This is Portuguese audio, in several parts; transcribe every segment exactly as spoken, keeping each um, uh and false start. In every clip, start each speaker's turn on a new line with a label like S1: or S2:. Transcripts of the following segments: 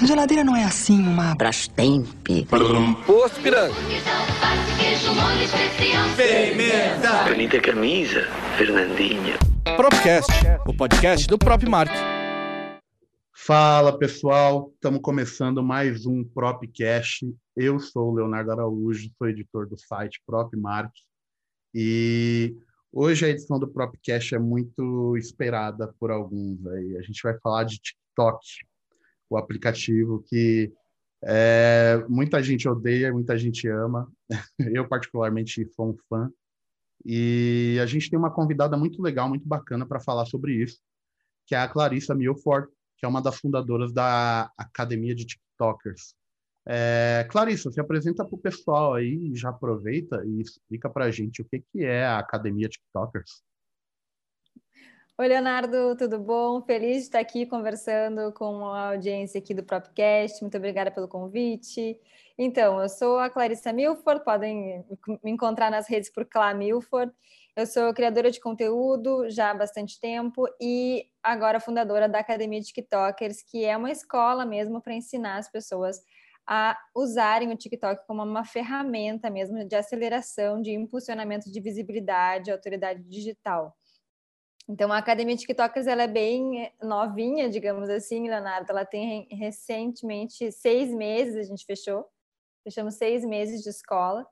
S1: Geladeira não é assim uma Brastemp.
S2: Posto piranga.
S3: Pimenta. Bonita camisa, Fernandinha.
S4: Propcast, o podcast do Prop Market.
S5: Fala pessoal, estamos começando mais um Propcast. Eu sou o Leonardo Araújo, sou editor do site Prop Market e hoje a edição do Propcast é muito esperada por alguns. Aí. A gente vai falar de TikTok, o aplicativo que é, muita gente odeia, muita gente ama. Eu particularmente sou um fã. E a gente tem uma convidada muito legal, muito bacana para falar sobre isso, que é a Clarissa Milford, que é uma das fundadoras da Academia de TikTokers. É, Clarissa, se apresenta para o pessoal aí, já aproveita e explica para a gente o que, que é a Academia TikTokers.
S6: Oi, Leonardo, tudo bom? Feliz de estar aqui conversando com a audiência aqui do Propcast. Muito obrigada pelo convite. Então, eu sou a Clarissa Milford, podem me encontrar nas redes por Clá Milford. Eu sou criadora de conteúdo já há bastante tempo e agora fundadora da Academia de TikTokers, que é uma escola mesmo para ensinar as pessoas a usarem o TikTok como uma ferramenta mesmo de aceleração, de impulsionamento de visibilidade, autoridade digital. Então, a Academia TikTokers ela é bem novinha, digamos assim, Leonardo. Ela tem recentemente seis meses, a gente fechou. Fechamos seis meses de escola.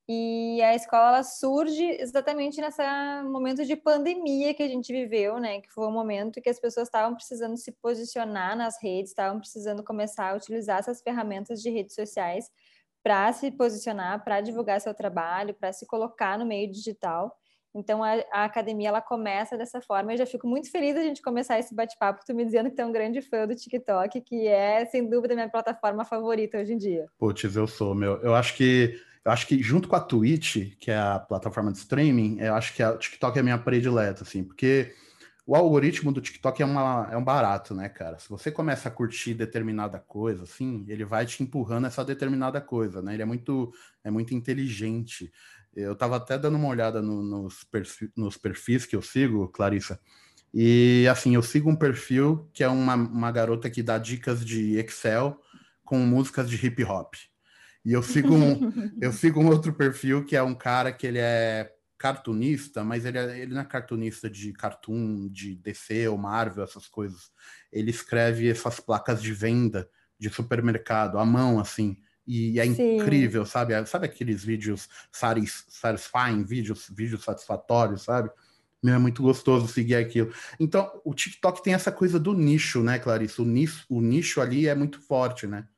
S6: E a escola ela surge exatamente nesse momento de pandemia que a gente viveu, né? Que foi um momento que as pessoas estavam precisando se posicionar nas redes, estavam precisando começar a utilizar essas ferramentas de redes sociais para se posicionar, para divulgar seu trabalho, para se colocar no meio digital. Então, a, a academia, ela começa dessa forma. Eu já fico muito feliz de a gente começar esse bate-papo, tu me dizendo que tu é um grande fã do TikTok, que é, sem dúvida, a minha plataforma favorita hoje em dia.
S5: Putz, eu sou, meu. Eu acho que, eu acho que junto com a Twitch, que é a plataforma de streaming, eu acho que a TikTok é a minha predileta, assim, porque o algoritmo do TikTok é, uma, é um barato, né, cara? Se você começa a curtir determinada coisa, assim, ele vai te empurrando essa determinada coisa, né? Ele é muito, é muito inteligente. Eu estava até dando uma olhada no, nos, perfis, nos perfis que eu sigo, Clarissa, e assim, eu sigo um perfil que é uma, uma garota que dá dicas de Excel com músicas de hip hop. E eu sigo um, eu sigo um outro perfil que é um cara que ele é cartunista, mas ele, é, ele não é cartunista de cartoon, de D C ou Marvel, essas coisas. Ele escreve essas placas de venda de supermercado, à mão, assim. E é
S6: Sim.
S5: Incrível, sabe? Sabe aqueles vídeos satisfying, vídeos, vídeos satisfatórios, sabe? Meu, é muito gostoso seguir aquilo. Então, o TikTok tem essa coisa do nicho, né, Clarissa? O nicho, o nicho ali é muito forte, né?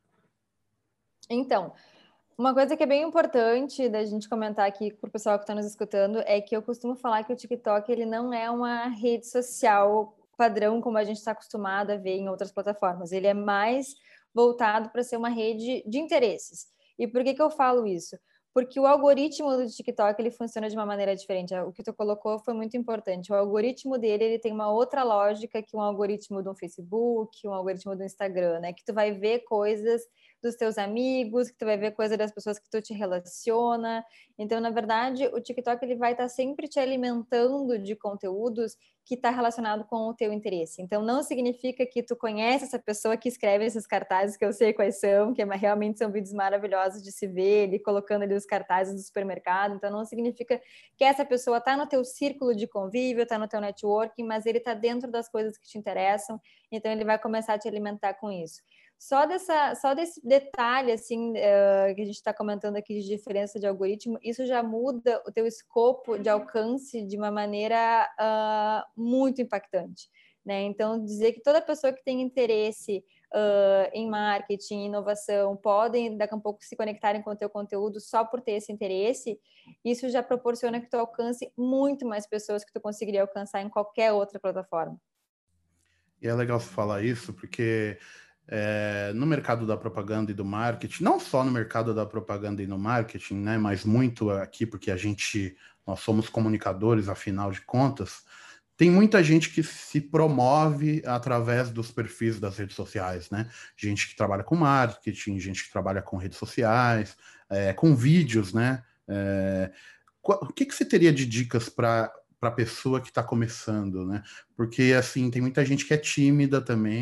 S6: Então, uma coisa que é bem importante da gente comentar aqui para o pessoal que está nos escutando é que eu costumo falar que o TikTok ele não é uma rede social padrão como a gente está acostumado a ver em outras plataformas. Ele é mais voltado para ser uma rede de interesses. E por que que eu falo isso? Porque o algoritmo do TikTok ele funciona de uma maneira diferente. O que tu colocou foi muito importante. O algoritmo dele ele tem uma outra lógica que um algoritmo do Facebook, um algoritmo do Instagram, né? Que tu vai ver coisas dos teus amigos, que tu vai ver coisa das pessoas que tu te relaciona. Então, na verdade, o TikTok ele vai estar sempre te alimentando de conteúdos que está relacionado com o teu interesse. Então, não significa que tu conhece essa pessoa que escreve esses cartazes, que eu sei quais são, que realmente são vídeos maravilhosos de se ver, ele colocando ali os cartazes do supermercado. Então, não significa que essa pessoa está no teu círculo de convívio, está no teu networking, mas ele está dentro das coisas que te interessam, então ele vai começar a te alimentar com isso. Só, dessa, só desse detalhe assim, uh, que a gente está comentando aqui de diferença de algoritmo, isso já muda o teu escopo de alcance de uma maneira uh, muito impactante, né? Então, dizer que toda pessoa que tem interesse uh, em marketing, inovação, podem daqui a pouco se conectarem com o teu conteúdo só por ter esse interesse, isso já proporciona que tu alcance muito mais pessoas que tu conseguiria alcançar em qualquer outra plataforma.
S5: E é legal você falar isso, porque É, no mercado da propaganda e do marketing, não só no mercado da propaganda e no marketing, né, mas muito aqui porque a gente, nós somos comunicadores, afinal de contas, tem muita gente que se promove através dos perfis das redes sociais, né? Gente que trabalha com marketing, gente que trabalha com redes sociais, é, com vídeos, né? É, qual, o que, que você teria de dicas para para a pessoa que está começando, né? Porque, assim, tem muita gente que é tímida também,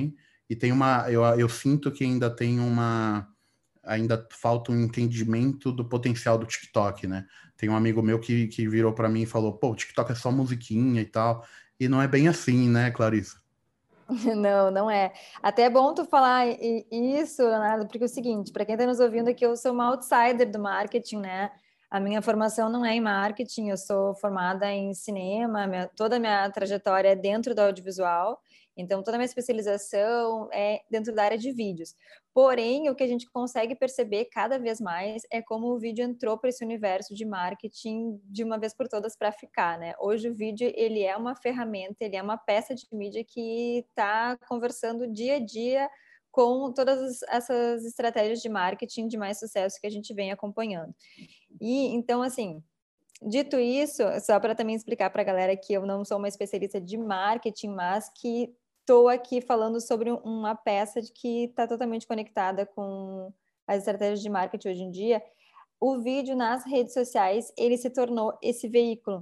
S5: e tem uma, eu, eu sinto que ainda tem uma, ainda falta um entendimento do potencial do TikTok, né? Tem um amigo meu que, que virou para mim e falou, pô, o TikTok é só musiquinha e tal, e não é bem assim, né, Clarissa?
S6: Não, não é. Até é bom tu falar isso, Leonardo, porque é o seguinte, para quem está nos ouvindo aqui, eu sou uma outsider do marketing, né? A minha formação não é em marketing, eu sou formada em cinema, minha, toda a minha trajetória é dentro do audiovisual, então toda a minha especialização é dentro da área de vídeos. Porém, o que a gente consegue perceber cada vez mais é como o vídeo entrou para esse universo de marketing de uma vez por todas para ficar, né? Hoje o vídeo, ele é uma ferramenta, ele é uma peça de mídia que está conversando dia a dia com todas essas estratégias de marketing de mais sucesso que a gente vem acompanhando. E então, assim, dito isso, só para também explicar para a galera que eu não sou uma especialista de marketing, mas que estou aqui falando sobre uma peça de que está totalmente conectada com as estratégias de marketing hoje em dia. O vídeo nas redes sociais, ele se tornou esse veículo,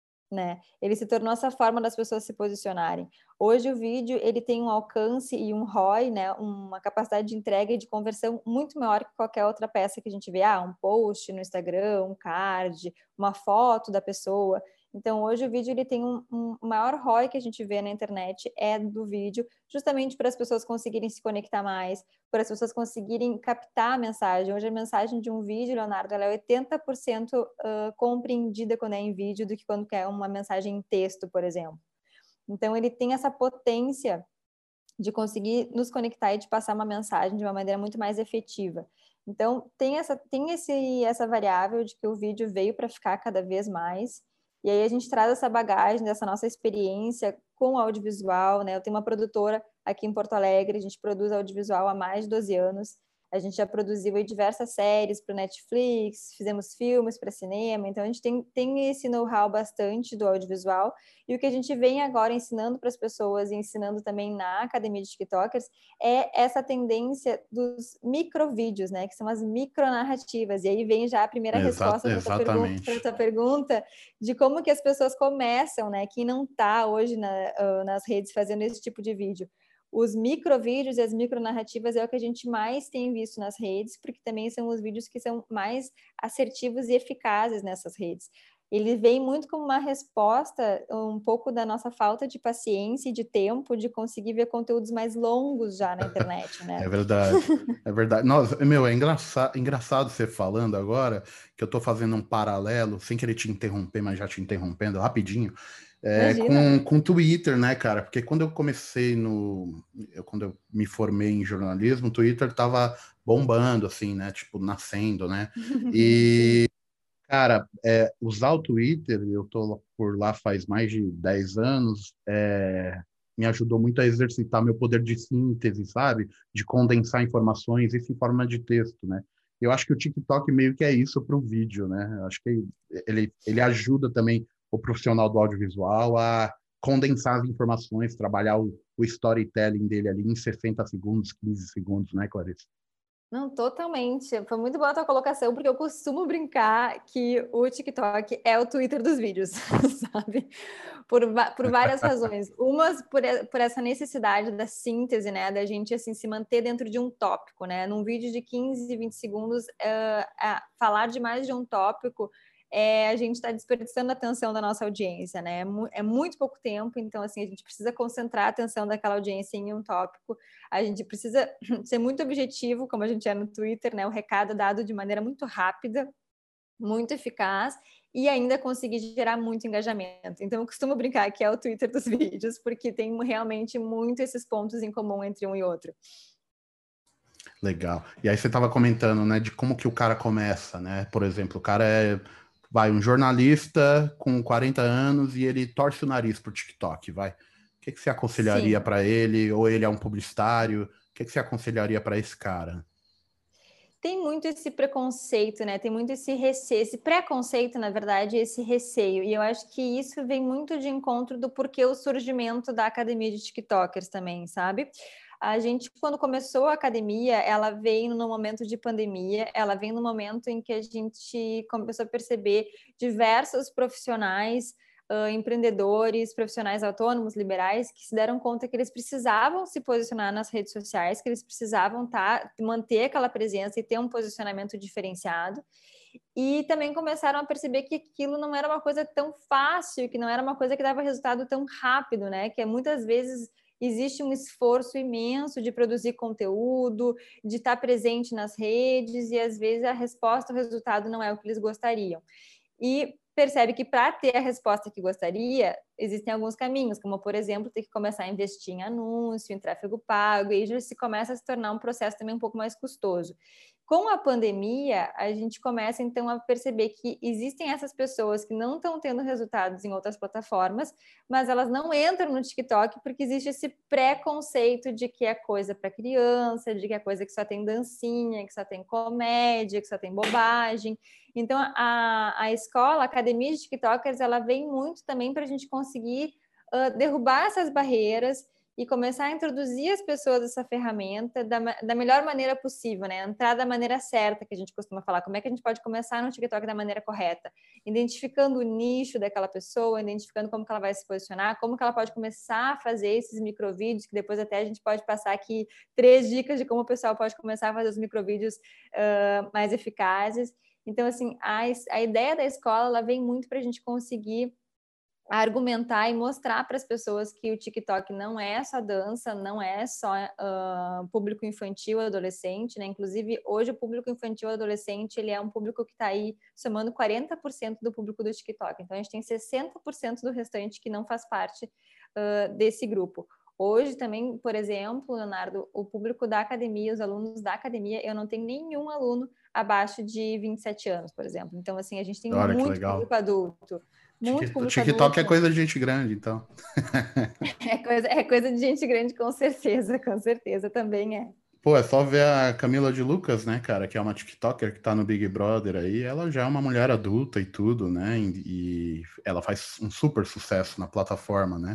S6: né? Ele se tornou essa forma das pessoas se posicionarem. Hoje o vídeo, ele tem um alcance e um R O I, né? Uma capacidade de entrega e de conversão muito maior que qualquer outra peça que a gente vê, ah, um post no Instagram, um card, uma foto da pessoa. Então, hoje o vídeo ele tem um, um maior R O I que a gente vê na internet é do vídeo, justamente para as pessoas conseguirem se conectar mais, para as pessoas conseguirem captar a mensagem. Hoje a mensagem de um vídeo, Leonardo, ela é oitenta por cento uh, compreendida quando é em vídeo do que quando é uma mensagem em texto, por exemplo. Então, ele tem essa potência de conseguir nos conectar e de passar uma mensagem de uma maneira muito mais efetiva. Então, tem essa, tem esse, essa variável de que o vídeo veio para ficar cada vez mais. E aí a gente traz essa bagagem dessa nossa experiência com audiovisual, né? Eu tenho uma produtora aqui em Porto Alegre, a gente produz audiovisual há mais de doze anos. A gente já produziu aí diversas séries para o Netflix, fizemos filmes para cinema, então a gente tem, tem esse know-how bastante do audiovisual. E o que a gente vem agora ensinando para as pessoas e ensinando também na Academia de TikTokers é essa tendência dos microvídeos, né? Que são as micronarrativas. E aí vem já a primeira
S5: Exa-
S6: resposta para a tua, tua pergunta de como que as pessoas começam, né? Quem não está hoje na, uh, nas redes fazendo esse tipo de vídeo. Os microvídeos e as micronarrativas é o que a gente mais tem visto nas redes, porque também são os vídeos que são mais assertivos e eficazes nessas redes. Ele vem muito como uma resposta um pouco da nossa falta de paciência e de tempo de conseguir ver conteúdos mais longos já na internet, né?
S5: É verdade, é verdade. Nossa, meu, é engraçado, engraçado você falando agora, que eu tô fazendo um paralelo, sem querer te interromper, mas já te interrompendo rapidinho, é, com, com Twitter, né, cara? Porque quando eu comecei no... Eu, quando eu me formei em jornalismo, o Twitter tava bombando, assim, né? Tipo, nascendo, né? E, cara, é, usar o Twitter, eu tô por lá faz mais de dez anos, é, me ajudou muito a exercitar meu poder de síntese, sabe? De condensar informações, isso em forma de texto, né? Eu acho que o TikTok meio que é isso para o vídeo, né? Eu acho que ele, ele ajuda também o profissional do audiovisual a condensar as informações, trabalhar o, o storytelling dele ali em sessenta segundos, quinze segundos, né, Clarice?
S6: Não, totalmente. Foi muito boa a tua colocação, porque eu costumo brincar que o TikTok é o Twitter dos vídeos, sabe? Por, por várias razões. Umas por, por essa necessidade da síntese, né? Da gente, assim, se manter dentro de um tópico, né? Num vídeo de quinze, vinte segundos, uh, uh, falar de mais de um tópico é, a gente está desperdiçando a atenção da nossa audiência, né? É, mu é muito pouco tempo, então, assim, a gente precisa concentrar a atenção daquela audiência em um tópico. A gente precisa ser muito objetivo, como a gente é no Twitter, né? O recado dado de maneira muito rápida, muito eficaz e ainda conseguir gerar muito engajamento. Então, eu costumo brincar que é o Twitter dos vídeos, porque tem realmente muito esses pontos em comum entre um e outro.
S5: Legal. E aí você estava comentando, né, de como que o cara começa, né? Por exemplo, o cara é, vai, um jornalista com quarenta anos e ele torce o nariz pro TikTok, vai. O que, que você aconselharia para ele? Ou ele é um publicitário? O que, que você aconselharia para esse cara?
S6: Tem muito esse preconceito, né? Tem muito esse receio, esse preconceito, na verdade, esse receio. E eu acho que isso vem muito de encontro do porquê o surgimento da Academia de TikTokers também, sabe? A gente, quando começou a academia, ela veio no momento de pandemia, ela vem no momento em que a gente começou a perceber diversos profissionais uh, empreendedores, profissionais autônomos, liberais, que se deram conta que eles precisavam se posicionar nas redes sociais, que eles precisavam tá, manter aquela presença e ter um posicionamento diferenciado. E também começaram a perceber que aquilo não era uma coisa tão fácil, que não era uma coisa que dava resultado tão rápido, né? Que muitas vezes existe um esforço imenso de produzir conteúdo, de estar presente nas redes, e às vezes a resposta, o resultado não é o que eles gostariam. E percebe que para ter a resposta que gostaria, existem alguns caminhos, como, por exemplo, ter que começar a investir em anúncio, em tráfego pago, e aí já se começa a se tornar um processo também um pouco mais custoso. Com a pandemia, a gente começa, então, a perceber que existem essas pessoas que não estão tendo resultados em outras plataformas, mas elas não entram no TikTok porque existe esse preconceito de que é coisa para criança, de que é coisa que só tem dancinha, que só tem comédia, que só tem bobagem. Então, a, a escola, a academia de TikTokers, ela vem muito também para a gente conseguir uh, derrubar essas barreiras e começar a introduzir as pessoas essa ferramenta da, da melhor maneira possível, né? Entrar da maneira certa, que a gente costuma falar. Como é que a gente pode começar no TikTok da maneira correta? Identificando o nicho daquela pessoa, identificando como que ela vai se posicionar, como que ela pode começar a fazer esses microvídeos, que depois até a gente pode passar aqui três dicas de como o pessoal pode começar a fazer os microvídeos uh, mais eficazes. Então, assim, a, a ideia da escola, ela vem muito para a gente conseguir argumentar e mostrar para as pessoas que o TikTok não é só dança, não é só uh, público infantil, adolescente, né? Inclusive, hoje o público infantil, adolescente, ele é um público que está aí somando quarenta por cento do público do TikTok. Então, a gente tem sessenta por cento do restante que não faz parte uh, desse grupo. Hoje também, por exemplo, Leonardo, o público da academia, os alunos da academia, eu não tenho nenhum aluno abaixo de vinte e sete anos, por exemplo. Então, assim, a gente tem
S5: Olha,
S6: muito público adulto. Muito
S5: o TikTok é coisa de gente grande, então.
S6: é, coisa, é coisa de gente grande, com certeza, com certeza, também é.
S5: Pô, é só ver a Camila de Lucas, né, cara, que é uma TikToker que tá no Big Brother aí, ela já é uma mulher adulta e tudo, né, e, e ela faz um super sucesso na plataforma, né.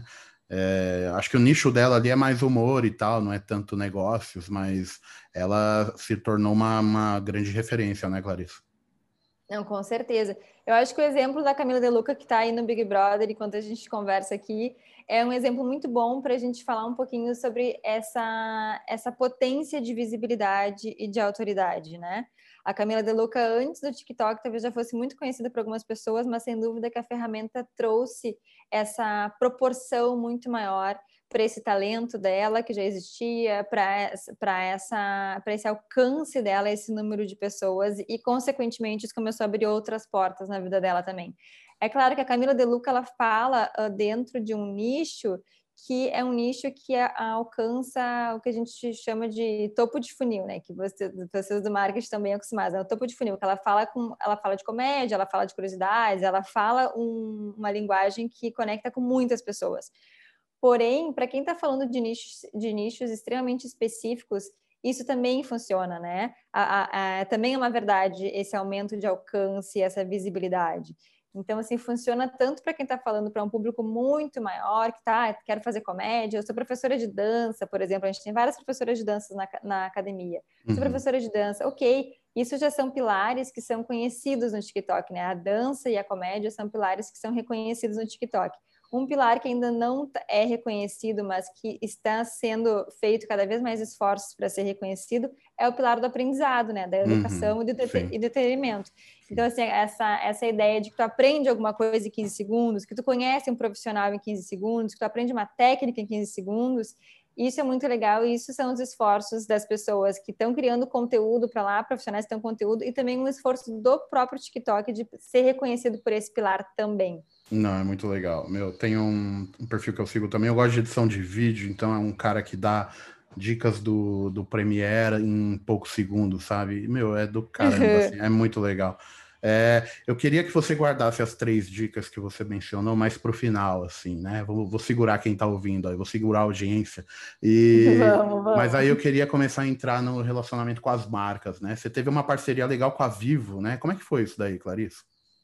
S5: É, acho que o nicho dela ali é mais humor e tal, não é tanto negócios, mas ela se tornou uma, uma grande referência, né, Clarice?
S6: Não, com certeza. Eu acho que o exemplo da Camila De Luca, que está aí no Big Brother, enquanto a gente conversa aqui, é um exemplo muito bom para a gente falar um pouquinho sobre essa, essa potência de visibilidade e de autoridade, né? A Camila De Luca, antes do TikTok, talvez já fosse muito conhecida por algumas pessoas, mas sem dúvida que a ferramenta trouxe essa proporção muito maior para esse talento dela, que já existia, para essa para esse alcance dela, esse número de pessoas, e, consequentemente, isso começou a abrir outras portas na vida dela também. É claro que a Camila De Luca, ela fala uh, dentro de um nicho que é um nicho que a, a alcança o que a gente chama de topo de funil, né? Que você, vocês do marketing também é acostumados, é o topo de funil, que ela fala, com, ela fala de comédia, ela fala de curiosidades, ela fala um, uma linguagem que conecta com muitas pessoas. Porém, para quem está falando de nichos, de nichos extremamente específicos, isso também funciona, né? A, a, a, também é uma verdade esse aumento de alcance, essa visibilidade. Então, assim, funciona tanto para quem está falando para um público muito maior, que tá, quero fazer comédia, eu sou professora de dança, por exemplo, a gente tem várias professoras de dança na, na academia. Sou uhum. professora de dança, ok, isso já são pilares que são conhecidos no TikTok, né? A dança e a comédia são pilares que são reconhecidos no TikTok. Um pilar que ainda não é reconhecido, mas que está sendo feito cada vez mais esforços para ser reconhecido, é o pilar do aprendizado, né? Da educação uhum, e, do e do entretenimento. Então, assim, essa, essa ideia de que tu aprende alguma coisa em quinze segundos, que tu conhece um profissional em quinze segundos, que tu aprende uma técnica em quinze segundos, isso é muito legal, e isso são os esforços das pessoas que estão criando conteúdo para lá, profissionais que estão conteúdo, e também um esforço do próprio TikTok de ser reconhecido por esse pilar também.
S5: Não, é muito legal. Meu, tem um, um perfil que eu sigo também, eu gosto de edição de vídeo, então é um cara que dá dicas do, do Premiere em poucos segundos, sabe? Meu, é do caramba, assim, é muito legal. É, eu queria que você guardasse as três dicas que você mencionou mais para o final, assim, né? Vou, vou segurar quem está ouvindo, aí, vou segurar a audiência. E, vamos, vamos. Mas aí eu queria começar a entrar no relacionamento com as marcas, né? Você teve uma parceria legal com a Vivo, né? Como é que foi isso daí, Clarice?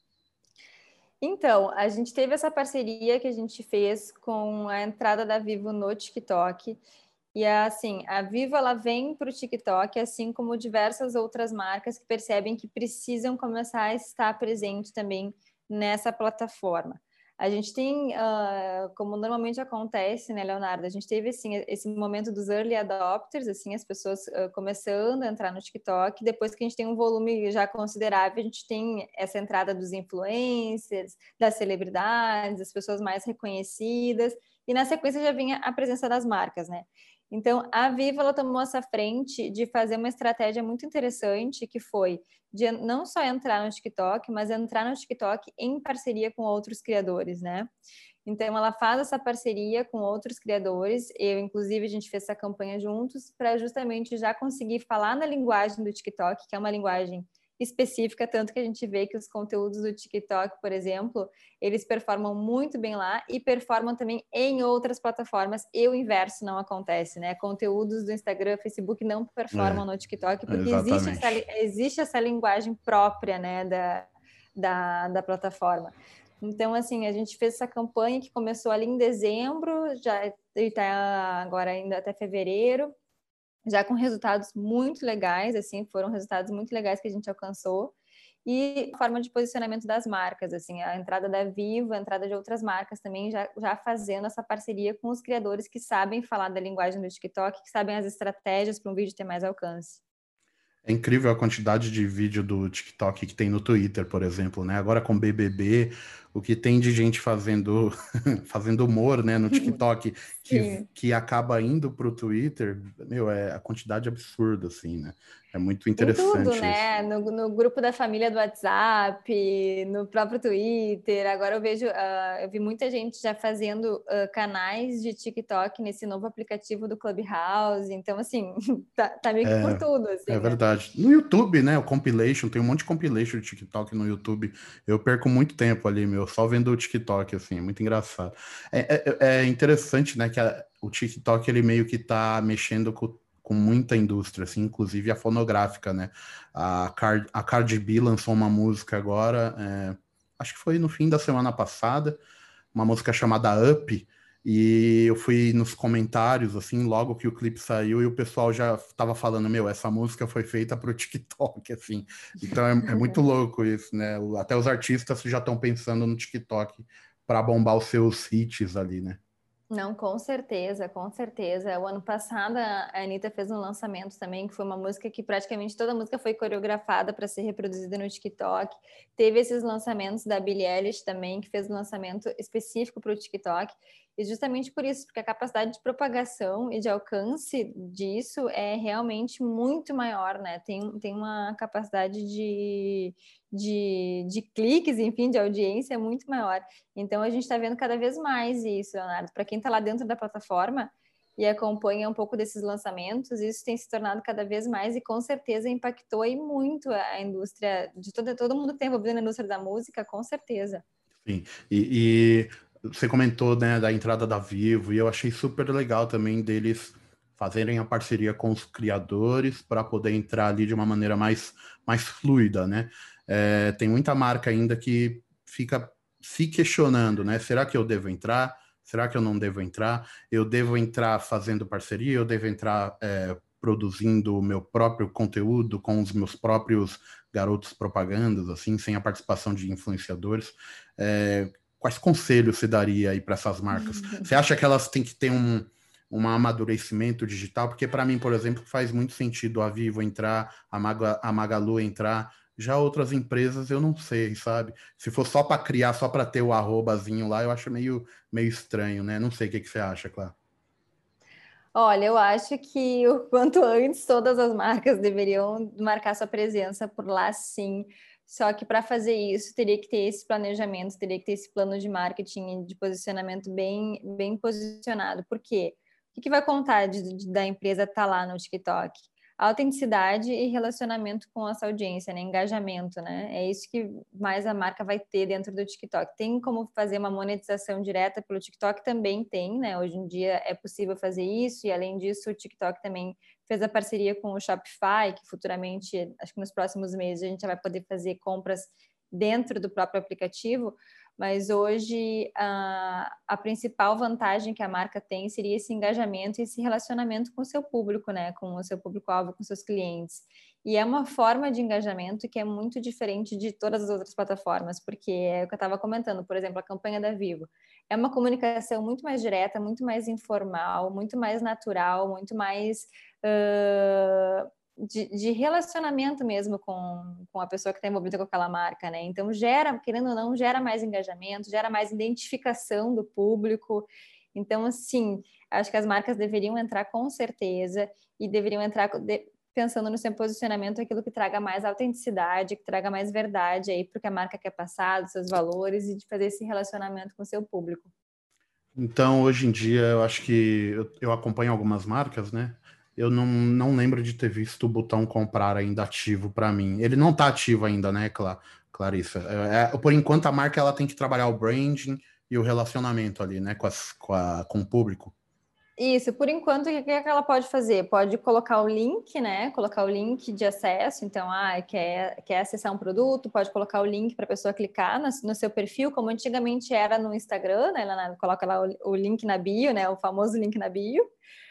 S6: Então, a gente teve essa parceria que a gente fez com a entrada da Vivo no TikTok. E, assim, a Vivo, ela vem para o TikTok, assim como diversas outras marcas que percebem que precisam começar a estar presente também nessa plataforma. A gente tem, uh, como normalmente acontece, né, Leonardo? A gente teve, assim, esse momento dos early adopters, assim, as pessoas uh, começando a entrar no TikTok. Depois que a gente tem um volume já considerável, a gente tem essa entrada dos influencers, das celebridades, das pessoas mais reconhecidas. E na sequência já vinha a presença das marcas, né? Então, a Viva, ela tomou essa frente de fazer uma estratégia muito interessante, que foi de não só entrar no TikTok, mas entrar no TikTok em parceria com outros criadores, né? Então, ela faz essa parceria com outros criadores. Eu, inclusive, a gente fez essa campanha juntos para justamente já conseguir falar na linguagem do TikTok, que é uma linguagem específica, tanto que a gente vê que os conteúdos do TikTok, por exemplo, eles performam muito bem lá e performam também em outras plataformas, e o inverso não acontece, né? Conteúdos do Instagram, Facebook não performam é, no TikTok, porque existe essa, existe essa linguagem própria, né, da, da, da plataforma. Então, assim, a gente fez essa campanha que começou ali em dezembro, já está agora ainda até fevereiro, já com resultados muito legais, assim, foram resultados muito legais que a gente alcançou, e a forma de posicionamento das marcas, assim, a entrada da Vivo, a entrada de outras marcas também, já, já fazendo essa parceria com os criadores que sabem falar da linguagem do TikTok, que sabem as estratégias para um vídeo ter mais alcance.
S5: É incrível a quantidade de vídeo do TikTok que tem no Twitter, por exemplo, né? Agora com B B B, o que tem de gente fazendo, fazendo humor, né, no TikTok, que, que acaba indo para o Twitter, meu, é a quantidade absurda, assim, né? É muito interessante.
S6: Em tudo,
S5: isso.
S6: né? No, no grupo da família do WhatsApp, no próprio Twitter. Agora eu vejo, uh, eu vi muita gente já fazendo uh, canais de TikTok nesse novo aplicativo do Clubhouse. Então, assim, tá, tá meio que
S5: é,
S6: por tudo, assim,
S5: É
S6: né?
S5: verdade. No YouTube, né? O compilation, tem um monte de compilation de TikTok no YouTube. Eu perco muito tempo ali, meu, só vendo o TikTok, assim, é muito engraçado. É, é, é interessante, né, que a, o TikTok, ele meio que tá mexendo com com muita indústria, assim, inclusive a fonográfica, né? A, Car a Cardi B lançou uma música agora, é, acho que foi no fim da semana passada, uma música chamada Up, e eu fui nos comentários, assim, logo que o clipe saiu, e o pessoal já tava falando, meu, essa música foi feita pro TikTok, assim. Então é, é muito louco isso, né? Até os artistas já estão pensando no TikTok para bombar os seus hits ali, né?
S6: Não, com certeza, com certeza. O ano passado a Anitta fez um lançamento também, que foi uma música que praticamente toda a música foi coreografada para ser reproduzida no TikTok. Teve esses lançamentos da Billie Eilish também, que fez um lançamento específico para o TikTok. E justamente por isso, porque a capacidade de propagação e de alcance disso é realmente muito maior, né? Tem, tem uma capacidade de, de, de cliques, enfim, de audiência muito maior. Então, a gente está vendo cada vez mais isso, Leonardo. Para quem está lá dentro da plataforma e acompanha um pouco desses lançamentos, isso tem se tornado cada vez mais e, com certeza, impactou aí muito a indústria, de todo, todo mundo que está envolvido na indústria da música, com certeza.
S5: Sim, e, e você comentou, né, da entrada da Vivo, e eu achei super legal também deles fazerem a parceria com os criadores para poder entrar ali de uma maneira mais, mais fluida, né? É, tem muita marca ainda que fica se questionando, né? Será que eu devo entrar? Será que eu não devo entrar? Eu devo entrar fazendo parceria? Eu devo entrar é, produzindo o meu próprio conteúdo com os meus próprios garotos propagandas, assim, sem a participação de influenciadores? É, quais conselhos você daria aí para essas marcas? Você acha que elas têm que ter um, um amadurecimento digital? Porque para mim, por exemplo, faz muito sentido a Vivo entrar, a, Maga, a Magalu entrar. Já outras empresas eu não sei, sabe? Se for só para criar, só para ter o arrobazinho lá, eu acho meio, meio estranho, né? Não sei o que, que você acha, Clara.
S6: Olha, eu acho que o quanto antes todas as marcas deveriam marcar sua presença por lá, sim. Só que para fazer isso teria que ter esse planejamento, teria que ter esse plano de marketing e de posicionamento bem, bem posicionado. Por quê? O que, que vai contar de, de, da empresa estar tá lá no TikTok? Autenticidade e relacionamento com essa audiência, né? Engajamento, né? É isso que mais a marca vai ter dentro do TikTok. Tem como fazer uma monetização direta pelo TikTok? Também tem, né? Hoje em dia é possível fazer isso, e além disso, o TikTok também fez a parceria com o Shopify, que futuramente, acho que nos próximos meses, a gente já vai poder fazer compras dentro do próprio aplicativo, Mas hoje a, a principal vantagem que a marca tem seria esse engajamento e esse relacionamento com o seu público, né? Com o seu público-alvo, com seus clientes. E é uma forma de engajamento que é muito diferente de todas as outras plataformas, porque é o que eu estava comentando, por exemplo, a campanha da Vivo. É uma comunicação muito mais direta, muito mais informal, muito mais natural, muito mais uh, de, de relacionamento mesmo com, com a pessoa que está envolvida com aquela marca, né? Então, gera, querendo ou não, gera mais engajamento, gera mais identificação do público. Então, assim, acho que as marcas deveriam entrar com certeza e deveriam entrar... De, pensando no seu posicionamento, aquilo que traga mais autenticidade, que traga mais verdade aí porque a marca quer passar, dos seus valores e de fazer esse relacionamento com o seu público.
S5: Então, hoje em dia, eu acho que eu, eu acompanho algumas marcas, né? Eu não, não lembro de ter visto o botão comprar ainda ativo para mim. Ele não tá ativo ainda, né, Cla Clarissa? É, é, por enquanto, a marca ela tem que trabalhar o branding e o relacionamento ali, né, com, as, com, a, com o público.
S6: Isso, por enquanto, o que, é que ela pode fazer? Pode colocar o link, né? Colocar o link de acesso. Então, ah, quer, quer acessar um produto, pode colocar o link para a pessoa clicar no, no seu perfil, como antigamente era no Instagram, né? Ela coloca lá o, o link na bio, né? O famoso link na bio.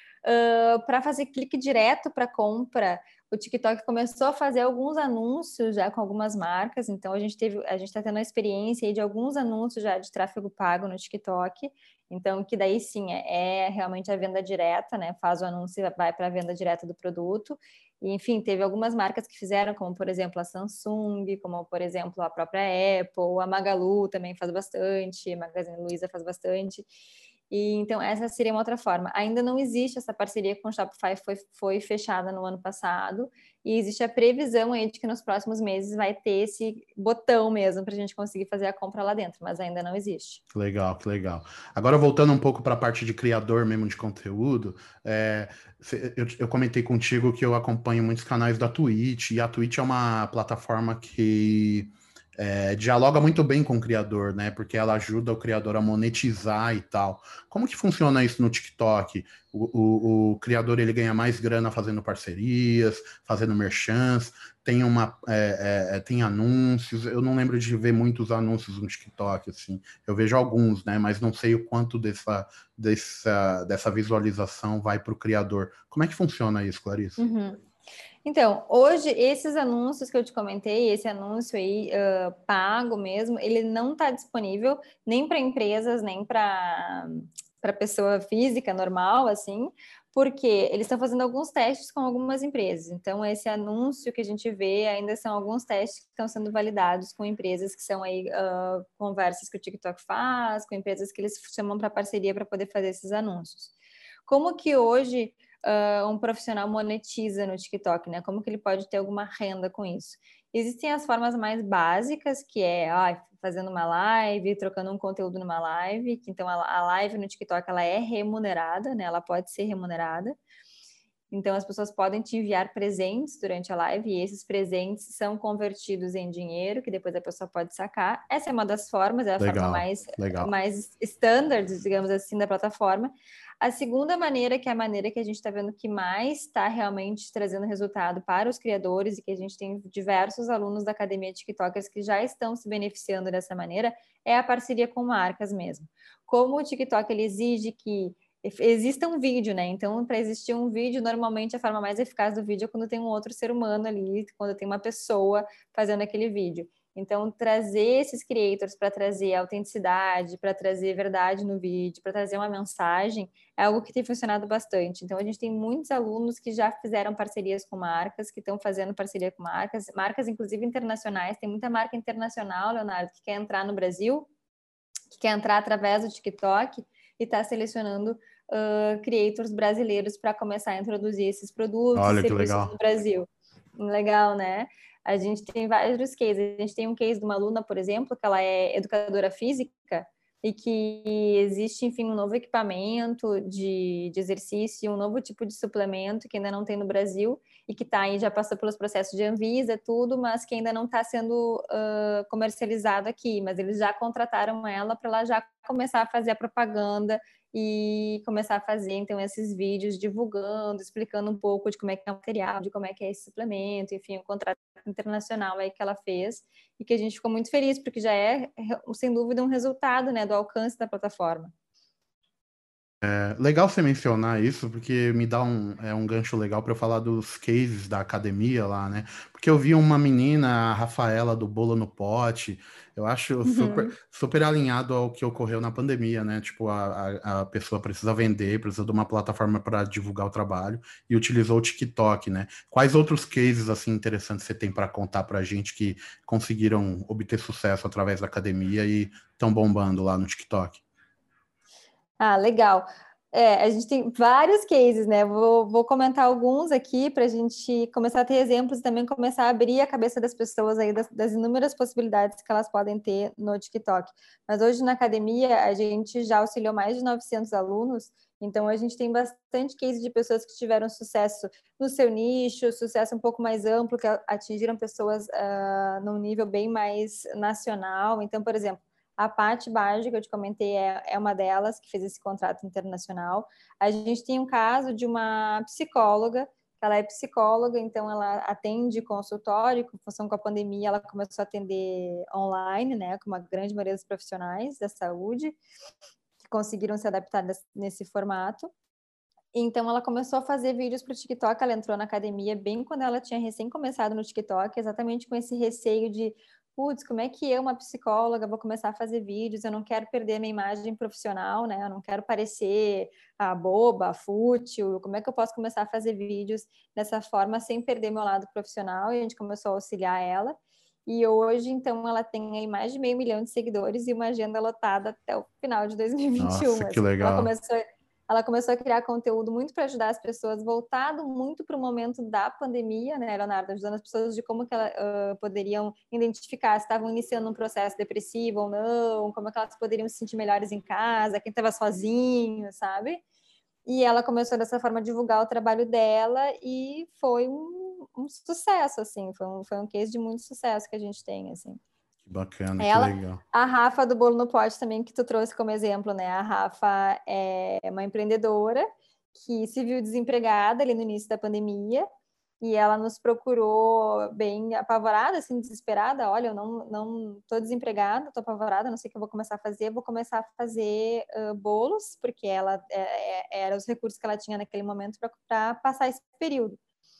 S6: Uh, para fazer clique direto para compra, o TikTok começou a fazer alguns anúncios já com algumas marcas, então a gente teve, a gente está tendo a experiência aí de alguns anúncios já de tráfego pago no TikTok, então que daí sim é, é realmente a venda direta, né? Faz o anúncio e vai para a venda direta do produto. E, enfim, teve algumas marcas que fizeram, como por exemplo a Samsung, como por exemplo a própria Apple, a Magalu também faz bastante, a Magazine Luiza faz bastante. E, então, essa seria uma outra forma. Ainda não existe essa parceria com o Shopify, foi, foi fechada no ano passado, e existe a previsão aí de que nos próximos meses vai ter esse botão mesmo para a gente conseguir fazer a compra lá dentro, mas ainda não existe.
S5: Legal, que legal. Agora, voltando um pouco para a parte de criador mesmo de conteúdo, é, eu, eu comentei contigo que eu acompanho muitos canais da Twitch, e a Twitch é uma plataforma que é, dialoga muito bem com o criador, né? Porque ela ajuda o criador a monetizar e tal. Como que funciona isso no TikTok? O, o, o criador ele ganha mais grana fazendo parcerias, fazendo merchants, tem uma é, é, tem anúncios. Eu não lembro de ver muitos anúncios no TikTok, assim. Eu vejo alguns, né? Mas não sei o quanto dessa, dessa, dessa visualização vai para o criador. Como é que funciona isso, Clarissa?
S6: Uhum. Então, hoje, esses anúncios que eu te comentei, esse anúncio aí uh, pago mesmo, ele não está disponível nem para empresas, nem para para pessoa física normal, assim, porque eles estão fazendo alguns testes com algumas empresas. Então, esse anúncio que a gente vê ainda são alguns testes que estão sendo validados com empresas que são aí uh, conversas que o TikTok faz, com empresas que eles chamam para parceria para poder fazer esses anúncios. Como que hoje Uh, um profissional monetiza no TikTok, né? Como que ele pode ter alguma renda com isso? Existem as formas mais básicas, que é ah, fazendo uma live, trocando um conteúdo numa live, que então a, a live no TikTok ela é remunerada, né? Ela pode ser remunerada. Então as pessoas podem te enviar presentes durante a live e esses presentes são convertidos em dinheiro, que depois a pessoa pode sacar. Essa é uma das formas, é a
S5: Legal,
S6: forma mais,
S5: legal.
S6: mais standard, digamos assim, da plataforma. A segunda maneira, que é a maneira que a gente está vendo que mais está realmente trazendo resultado para os criadores e que a gente tem diversos alunos da Academia TikTokers que já estão se beneficiando dessa maneira, é a parceria com marcas mesmo. Como o TikTok ele exige que exista um vídeo, né? Então, para existir um vídeo, normalmente a forma mais eficaz do vídeo é quando tem um outro ser humano ali, quando tem uma pessoa fazendo aquele vídeo. Então, trazer esses creators para trazer autenticidade, para trazer verdade no vídeo, para trazer uma mensagem, é algo que tem funcionado bastante. Então, a gente tem muitos alunos que já fizeram parcerias com marcas, que estão fazendo parceria com marcas, marcas inclusive internacionais. Tem muita marca internacional, Leonardo, que quer entrar no Brasil, que quer entrar através do TikTok e está selecionando uh, creators brasileiros para começar a introduzir esses produtos
S5: Olha,
S6: e serviços
S5: legal.
S6: no Brasil. Legal, né? A gente tem vários cases. A gente tem um case de uma aluna, por exemplo, que ela é educadora física e que existe, enfim, um novo equipamento de, de exercício, um novo tipo de suplemento que ainda não tem no Brasil e que tá aí, já passou pelos processos de Anvisa, tudo, mas que ainda não está sendo uh, comercializado aqui. Mas eles já contrataram ela para ela já começar a fazer a propaganda e começar a fazer, então, esses vídeos divulgando, explicando um pouco de como é que é o material, de como é que é esse suplemento, enfim, o contrato internacional aí que ela fez, e que a gente ficou muito feliz, porque já é, sem dúvida, um resultado, né, do alcance da plataforma.
S5: É legal você mencionar isso, porque me dá um, é, um gancho legal para eu falar dos cases da academia lá, né? Porque eu vi uma menina, a Rafaela, do Bolo no Pote, eu acho super,
S6: Uhum.
S5: super alinhado ao que ocorreu na pandemia, né? Tipo, a, a, a pessoa precisa vender, precisa de uma plataforma para divulgar o trabalho e utilizou o TikTok, né? Quais outros cases, assim, interessantes você tem para contar para a gente que conseguiram obter sucesso através da academia e estão bombando lá no TikTok?
S6: Ah, legal. É, a gente tem vários cases, né? Vou, vou comentar alguns aqui para a gente começar a ter exemplos e também começar a abrir a cabeça das pessoas aí das, das inúmeras possibilidades que elas podem ter no TikTok. Mas hoje na academia a gente já auxiliou mais de novecentos alunos, então a gente tem bastante case de pessoas que tiveram sucesso no seu nicho, sucesso um pouco mais amplo, que atingiram pessoas uh, num nível bem mais nacional. Então, por exemplo, a Paty Barge, que eu te comentei, é, é uma delas que fez esse contrato internacional. A gente tem um caso de uma psicóloga, ela é psicóloga, então ela atende consultório, com função com a pandemia, ela começou a atender online, né, como a grande maioria dos profissionais da saúde, que conseguiram se adaptar nesse formato. Então, ela começou a fazer vídeos para o TikTok, ela entrou na academia bem quando ela tinha recém começado no TikTok, exatamente com esse receio de putz, como é que eu, uma psicóloga, vou começar a fazer vídeos, eu não quero perder a minha imagem profissional, né? Eu não quero parecer a boba, fútil, como é que eu posso começar a fazer vídeos dessa forma sem perder meu lado profissional? E a gente começou a auxiliar ela. E hoje, então, ela tem aí mais de meio milhão de seguidores e uma agenda lotada até o final de dois mil e vinte e um.
S5: Nossa, que
S6: assim. Ela
S5: legal.
S6: começou... Ela começou a criar conteúdo muito para ajudar as pessoas, voltado muito para o momento da pandemia, né, Leonardo? Ajudando as pessoas de como que elas uh, poderiam identificar se estavam iniciando um processo depressivo ou não, como é que elas poderiam se sentir melhores em casa, quem estava sozinho, sabe? E ela começou dessa forma a divulgar o trabalho dela e foi um, um sucesso, assim, foi um, foi um case de muito sucesso que a gente tem, assim.
S5: Que bacana, que
S6: Ela,
S5: legal.
S6: a Rafa do Bolo no Pote também, que tu trouxe como exemplo, né? A Rafa é uma empreendedora que se viu desempregada ali no início da pandemia e ela nos procurou bem apavorada, assim, desesperada. Olha, eu não, não tô desempregada, tô apavorada, não sei o que eu vou começar a fazer. Vou começar a fazer uh, bolos, porque ela é, é, era os recursos que ela tinha naquele momento para passar esse período.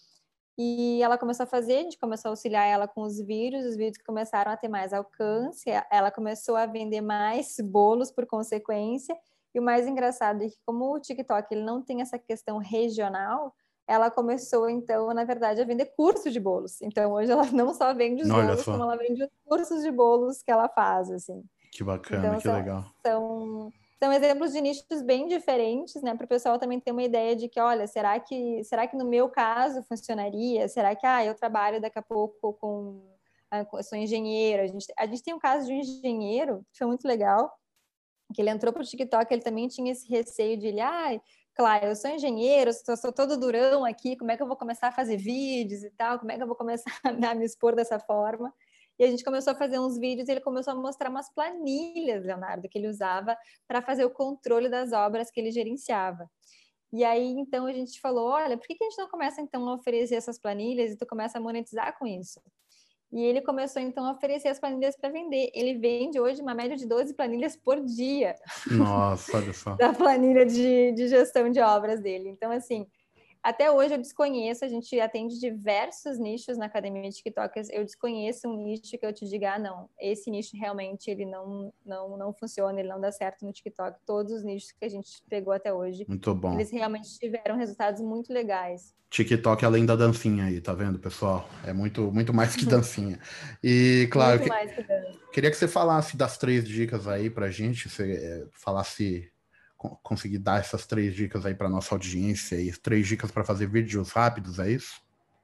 S6: E ela começou a fazer, a gente começou a auxiliar ela com os vídeos, os vídeos começaram a ter mais alcance, ela começou a vender mais bolos por consequência, e o mais engraçado é que como o TikTok ele não tem essa questão regional, ela começou, então, na verdade, a vender curso de bolos. Então, hoje ela não só vende os
S5: Olha
S6: bolos,
S5: só,
S6: como ela vende os cursos de bolos que ela faz, assim.
S5: que bacana,
S6: Então,
S5: que
S6: são,
S5: legal.
S6: são, são exemplos de nichos bem diferentes, né? Para o pessoal também ter uma ideia de que, olha, será que, será que no meu caso funcionaria? Será que, ah, eu trabalho daqui a pouco com... Eu sou engenheiro. A gente, a gente tem um caso de um engenheiro, que foi muito legal, que ele entrou para o TikTok, ele também tinha esse receio de, ele, ah, claro, eu sou engenheiro, eu sou todo durão aqui, como é que eu vou começar a fazer vídeos e tal? Como é que eu vou começar a me expor dessa forma? E a gente começou a fazer uns vídeos e ele começou a mostrar umas planilhas, Leonardo, que ele usava para fazer o controle das obras que ele gerenciava. E aí, então, a gente falou, olha, por que a gente não começa, então, a oferecer essas planilhas e tu começa a monetizar com isso? E ele começou, então, a oferecer as planilhas para vender. Ele vende hoje uma média de doze planilhas por dia.
S5: Nossa, olha só.
S6: Da planilha de, de gestão de obras dele. Então, assim, até hoje eu desconheço, a gente atende diversos nichos na academia de TikTokers, eu desconheço um nicho que eu te diga, ah, não, esse nicho realmente ele não, não, não funciona, ele não dá certo no TikTok. Todos os nichos que a gente pegou até hoje,
S5: Muito bom.
S6: eles realmente tiveram resultados muito legais.
S5: TikTok além da dancinha aí, tá vendo, pessoal? É muito, muito mais que dancinha. E, claro,
S6: Muito
S5: que,
S6: mais que dança.
S5: queria que você falasse das três dicas aí pra gente, você é, falasse, conseguir dar essas três dicas aí pra nossa audiência, e três dicas para fazer vídeos rápidos, é isso?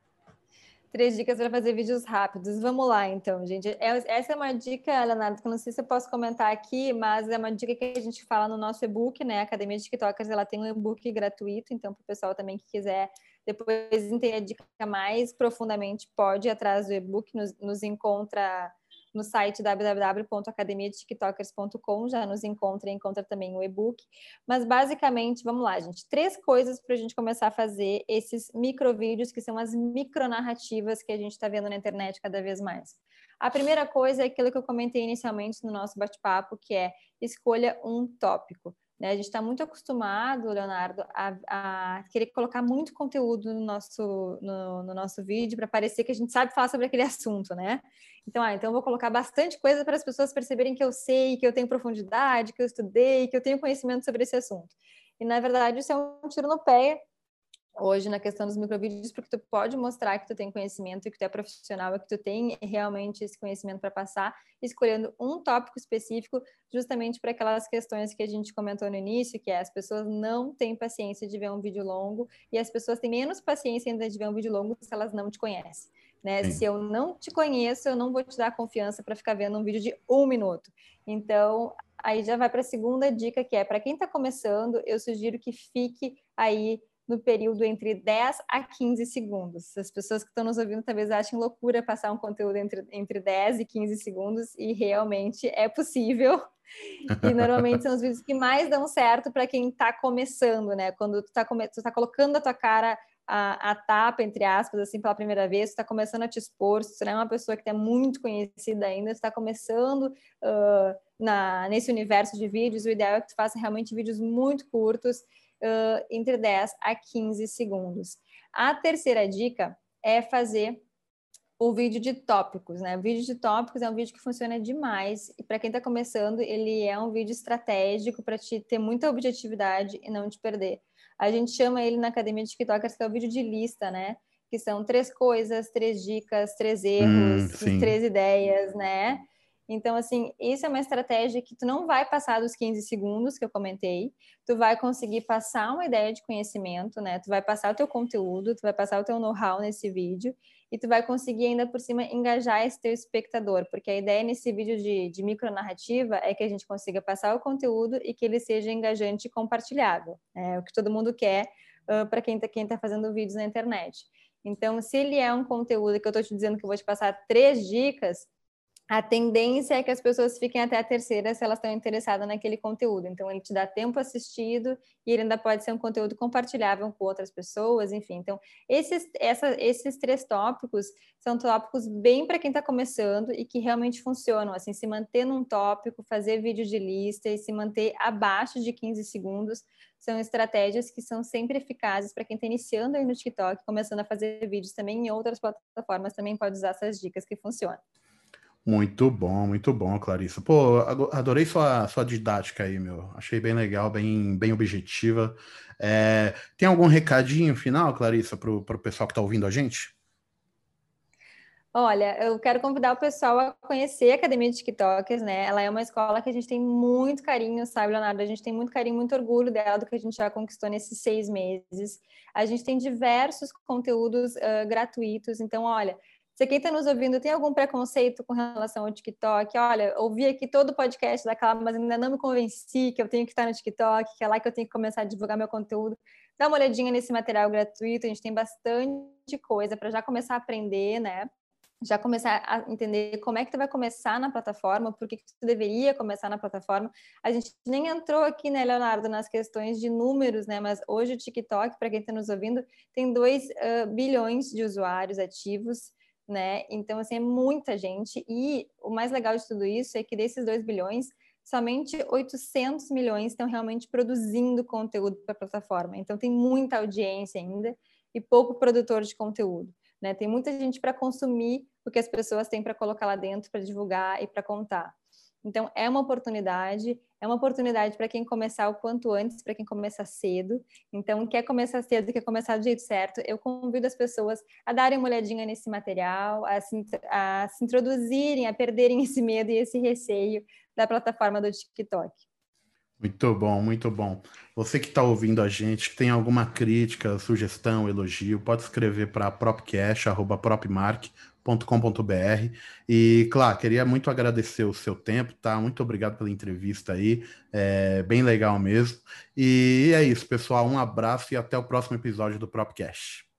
S6: Três dicas para fazer vídeos rápidos. Vamos lá, então, gente. Essa é uma dica, Leonardo, que eu não sei se eu posso comentar aqui, mas é uma dica que a gente fala no nosso e-book, né? A Academia de TikTokers, ela tem um e-book gratuito, então, para o pessoal também que quiser depois entender a dica mais profundamente, pode ir atrás do e-book, nos, nos encontra no site w w w ponto academia de tiktokers ponto com, já nos encontra e encontra também o e-book. Mas basicamente, vamos lá, gente, três coisas para a gente começar a fazer esses microvídeos, que são as micronarrativas que a gente está vendo na internet cada vez mais. A primeira coisa é aquilo que eu comentei inicialmente no nosso bate-papo, que é escolha um tópico. Né? A gente está muito acostumado, Leonardo, a, a querer colocar muito conteúdo no nosso, no, no nosso vídeo para parecer que a gente sabe falar sobre aquele assunto, né? Então, ah, então eu vou colocar bastante coisa para as pessoas perceberem que eu sei, que eu tenho profundidade, que eu estudei, que eu tenho conhecimento sobre esse assunto. E, na verdade, isso é um tiro no pé hoje na questão dos microvídeos, porque tu pode mostrar que tu tem conhecimento, que tu é profissional, e que tu tem realmente esse conhecimento para passar, escolhendo um tópico específico, justamente para aquelas questões que a gente comentou no início, que é as pessoas não têm paciência de ver um vídeo longo, e as pessoas têm menos paciência ainda de ver um vídeo longo se elas não te conhecem. Né? Se eu não te conheço, eu não vou te dar confiança para ficar vendo um vídeo de um minuto. Então, aí já vai para a segunda dica, que é, para quem está começando, eu sugiro que fique aí no período entre dez a quinze segundos. As pessoas que estão nos ouvindo talvez achem loucura passar um conteúdo entre, entre dez e quinze segundos, e realmente é possível. E normalmente são os vídeos que mais dão certo para quem está começando, né? Quando tu está come tu tá colocando a tua cara a, a tapa, entre aspas, assim, pela primeira vez, tu está começando a te expor, se tu não é uma pessoa que é muito conhecida ainda, tu está começando uh, na, nesse universo de vídeos, o ideal é que tu faça realmente vídeos muito curtos, Uh, entre dez a quinze segundos. A terceira dica é fazer o vídeo de tópicos, né? O vídeo de tópicos é um vídeo que funciona demais, e para quem está começando, ele é um vídeo estratégico para te ter muita objetividade e não te perder. A gente chama ele na Academia de TikTokers, que é o vídeo de lista, né? Que são três coisas, três dicas, três erros, hum, três ideias, né? Então, assim, isso é uma estratégia que tu não vai passar dos quinze segundos que eu comentei, tu vai conseguir passar uma ideia de conhecimento, né? Tu vai passar o teu conteúdo, tu vai passar o teu know-how nesse vídeo, e tu vai conseguir ainda por cima engajar esse teu espectador, porque a ideia nesse vídeo de, de micronarrativa é que a gente consiga passar o conteúdo e que ele seja engajante e compartilhável, é o que todo mundo quer uh, para quem tá, quem tá fazendo vídeos na internet. Então, se ele é um conteúdo que eu tô te dizendo que eu vou te passar três dicas, a tendência é que as pessoas fiquem até a terceira se elas estão interessadas naquele conteúdo. Então, ele te dá tempo assistido e ele ainda pode ser um conteúdo compartilhável com outras pessoas, enfim. Então, esses, essa, esses três tópicos são tópicos bem para quem está começando e que realmente funcionam. Assim, se manter num tópico, fazer vídeo de lista e se manter abaixo de quinze segundos são estratégias que são sempre eficazes para quem está iniciando aí no TikTok, começando a fazer vídeos também em outras plataformas, também pode usar essas dicas que funcionam.
S5: Muito bom, muito bom, Clarissa. Pô, adorei sua, sua didática aí, meu. Achei bem legal, bem, bem objetiva. É, tem algum recadinho final, Clarissa, para o pessoal que está ouvindo a gente?
S6: Olha, eu quero convidar o pessoal a conhecer a Academia de TikTokers, né? Ela é uma escola que a gente tem muito carinho, sabe, Leonardo? A gente tem muito carinho, muito orgulho dela, do que a gente já conquistou nesses seis meses. A gente tem diversos conteúdos uh, gratuitos. Então, olha, se quem está nos ouvindo tem algum preconceito com relação ao TikTok, olha, ouvi aqui todo o podcast daquela, mas ainda não me convenci que eu tenho que estar no TikTok, que é lá que eu tenho que começar a divulgar meu conteúdo. Dá uma olhadinha nesse material gratuito, a gente tem bastante coisa para já começar a aprender, né? Já começar a entender como é que tu vai começar na plataforma, por que tu deveria começar na plataforma. A gente nem entrou aqui, né, Leonardo, nas questões de números, né? Mas hoje o TikTok, para quem está nos ouvindo, tem dois uh, bilhões de usuários ativos, né? Então, assim, é muita gente. E o mais legal de tudo isso é que desses dois bilhões, somente oitocentos milhões estão realmente produzindo conteúdo para a plataforma. Então, tem muita audiência ainda e pouco produtor de conteúdo, né? Tem muita gente para consumir o que as pessoas têm para colocar lá dentro, para divulgar e para contar. Então, é uma oportunidade, é uma oportunidade para quem começar o quanto antes, para quem começar cedo. Então, quer começar cedo, quer começar do jeito certo, eu convido as pessoas a darem uma olhadinha nesse material, a se, a se introduzirem, a perderem esse medo e esse receio da plataforma do TikTok.
S5: Muito bom, muito bom. Você que está ouvindo a gente, que tem alguma crítica, sugestão, elogio, pode escrever para propcast arroba propmark ponto com ponto b r. E, claro, queria muito agradecer o seu tempo, tá? Muito obrigado pela entrevista aí, é bem legal mesmo. E é isso, pessoal. Um abraço e até o próximo episódio do Propcast.